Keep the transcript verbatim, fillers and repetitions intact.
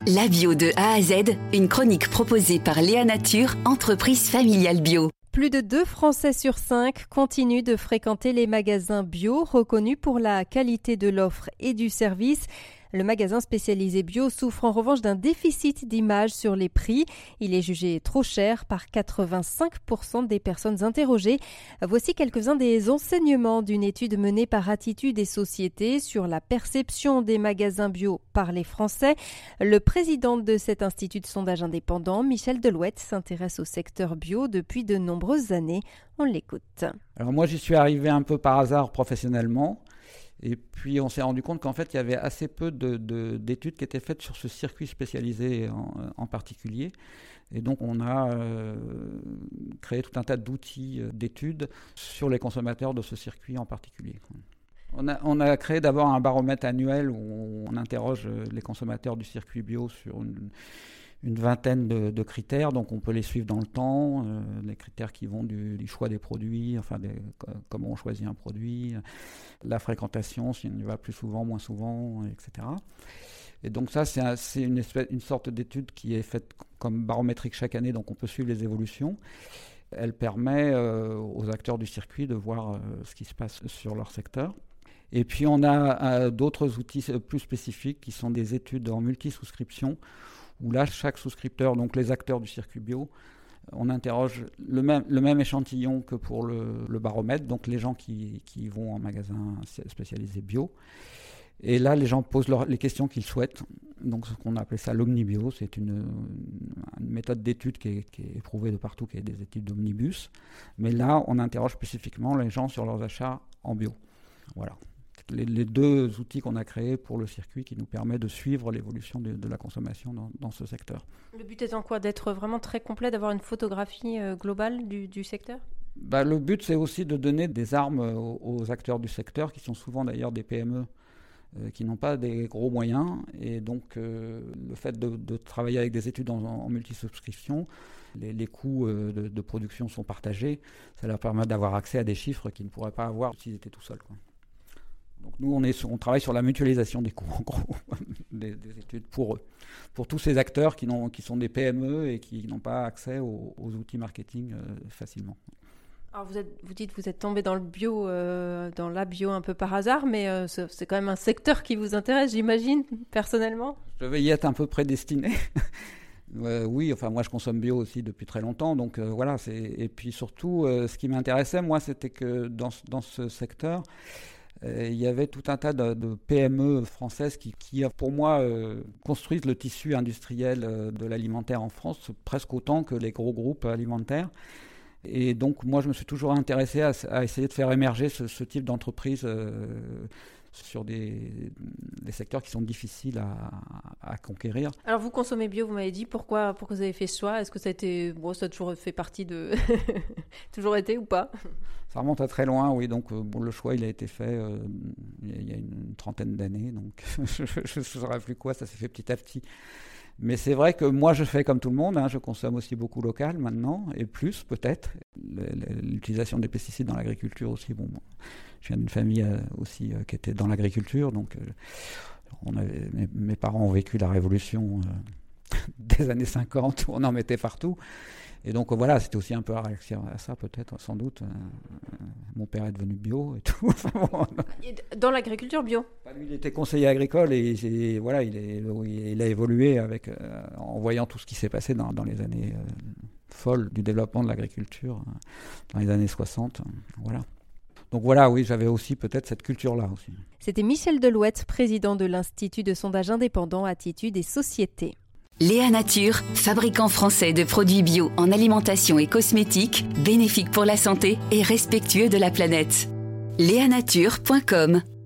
La bio de A à Z, une chronique proposée par Léa Nature, entreprise familiale bio. Plus de deux Français sur cinq continuent de fréquenter les magasins bio, reconnus pour la qualité de l'offre et du service. Le magasin spécialisé bio souffre en revanche d'un déficit d'image sur les prix. Il est jugé trop cher par quatre-vingt-cinq pour cent des personnes interrogées. Voici quelques-uns des enseignements d'une étude menée par Attitude et Société sur la perception des magasins bio par les Français. Le président de cet institut de sondage indépendant, Michel Delouette, s'intéresse au secteur bio depuis de nombreuses années. On l'écoute. Alors moi, j'y suis arrivé un peu par hasard professionnellement. Et puis, on s'est rendu compte qu'en fait, il y avait assez peu de, de, d'études qui étaient faites sur ce circuit spécialisé en, en particulier. Et donc, on a euh, créé tout un tas d'outils d'études sur les consommateurs de ce circuit en particulier. On a, on a créé d'abord un baromètre annuel où on interroge les consommateurs du circuit bio sur une, une vingtaine de, de critères, donc on peut les suivre dans le temps, euh, les critères qui vont du, du choix des produits, enfin des, comment on choisit un produit, la fréquentation, si on y va plus souvent, moins souvent, et cetera. Et donc ça, c'est, un, c'est une, espèce, une sorte d'étude qui est faite comme barométrique chaque année, donc on peut suivre les évolutions. Elle permet euh, aux acteurs du circuit de voir euh, ce qui se passe sur leur secteur. Et puis on a euh, d'autres outils plus spécifiques qui sont des études en multi-souscription, où là, chaque souscripteur, donc les acteurs du circuit bio, on interroge le même, le même échantillon que pour le, le baromètre, donc les gens qui, qui vont en magasin spécialisé bio. Et là, les gens posent leur, les questions qu'ils souhaitent. Donc, ce qu'on a appelé ça l'omnibio, c'est une, une méthode d'étude qui est, qui est éprouvée de partout, qui est des études d'omnibus. Mais là, on interroge spécifiquement les gens sur leurs achats en bio. Voilà. Les, les deux outils qu'on a créés pour le circuit qui nous permet de suivre l'évolution de, de la consommation dans, dans ce secteur. Le but étant quoi ? D'être vraiment très complet, d'avoir une photographie euh, globale du, du secteur ? Bah, le but, c'est aussi de donner des armes aux, aux acteurs du secteur, qui sont souvent d'ailleurs des P M E, euh, qui n'ont pas des gros moyens. Et donc, euh, le fait de, de travailler avec des études en, en multisubscription, les, les coûts euh, de, de production sont partagés. Ça leur permet d'avoir accès à des chiffres qu'ils ne pourraient pas avoir s'ils étaient tout seuls, quoi. Donc nous, on, est sur, on travaille sur la mutualisation des coûts, en gros, des, des études pour eux. Pour tous ces acteurs qui, n'ont, qui sont des P M E et qui n'ont pas accès aux, aux outils marketing euh, facilement. Alors vous, êtes, vous dites que vous êtes tombé dans le bio, euh, dans la bio un peu par hasard, mais euh, c'est, c'est quand même un secteur qui vous intéresse, j'imagine, personnellement ? Je vais y être un peu prédestiné. Euh, oui, enfin moi je consomme bio aussi depuis très longtemps, donc euh, voilà. C'est... Et puis surtout, euh, ce qui m'intéressait, moi, c'était que dans, dans ce secteur, euh, il y avait tout un tas de, de P M E françaises qui, qui pour moi, euh, construisent le tissu industriel euh, de l'alimentaire en France, presque autant que les gros groupes alimentaires. Et donc moi je me suis toujours intéressé à, à essayer de faire émerger ce, ce type d'entreprise euh, sur des, des secteurs qui sont difficiles à, à conquérir. Alors vous consommez bio, vous m'avez dit, pourquoi, pourquoi vous avez fait ce choix ? Est-ce que ça a été, bon, ça a toujours fait partie de, toujours été ou pas ? Ça remonte à très loin, oui. Donc bon, le choix il a été fait euh, il y a une trentaine d'années, donc je ne saurais plus quoi, ça s'est fait petit à petit. Mais c'est vrai que moi, je fais comme tout le monde, hein, je consomme aussi beaucoup local maintenant, et plus peut-être. L'utilisation des pesticides dans l'agriculture aussi, bon, je viens d'une famille euh, aussi euh, qui était dans l'agriculture, donc euh, on avait, mes, mes parents ont vécu la révolution euh, des années cinquante, où on en mettait partout. Et donc voilà, c'était aussi un peu à réaction à ça peut-être, sans doute. Euh, mon père est devenu bio et tout. Dans l'agriculture bio ? Lui, il était conseiller agricole et, et voilà, il, est, il a évolué avec, euh, en voyant tout ce qui s'est passé dans, dans les années euh, folles du développement de l'agriculture, euh, dans les années soixante. Euh, voilà. Donc voilà, oui, j'avais aussi peut-être cette culture-là aussi. C'était Michel Delouette, président de l'Institut de sondage indépendant Attitude et Société. Léa Nature, fabricant français de produits bio en alimentation et cosmétiques, bénéfiques pour la santé et respectueux de la planète. léa nature point com